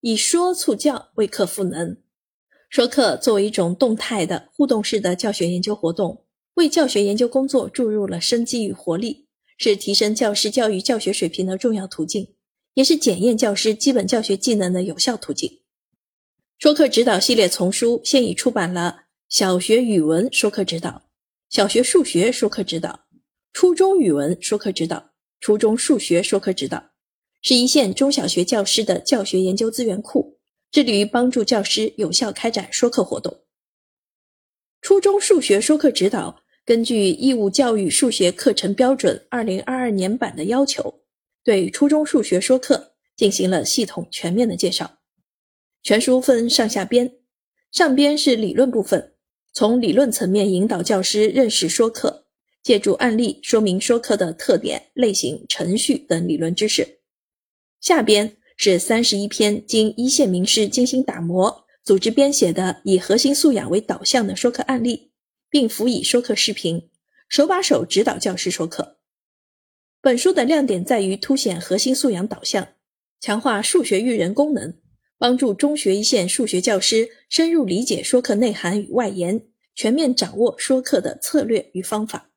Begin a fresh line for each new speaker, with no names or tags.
以说促教，为课赋能。说课作为一种动态的互动式的教学研究活动，为教学研究工作注入了生机与活力，是提升教师教育教学水平的重要途径，也是检验教师基本教学技能的有效途径。说课指导系列丛书现已出版了小学语文说课指导、小学数学说课指导、初中语文说课指导、初中数学说课指导，是一线中小学教师的教学研究资源库，致力于帮助教师有效开展说课活动。初中数学说课指导根据义务教育数学课程标准2022年版的要求，对初中数学说课进行了系统全面的介绍。全书分上下编，上编是理论部分，从理论层面引导教师认识说课，借助案例说明说课的特点、类型、程序等理论知识。下编是31篇经一线名师精心打磨、组织编写的以核心素养为导向的说课案例，并辅以说课视频，手把手指导教师说课。本书的亮点在于凸显核心素养导向，强化数学育人功能，帮助中学一线数学教师深入理解说课内涵与外延，全面掌握说课的策略与方法。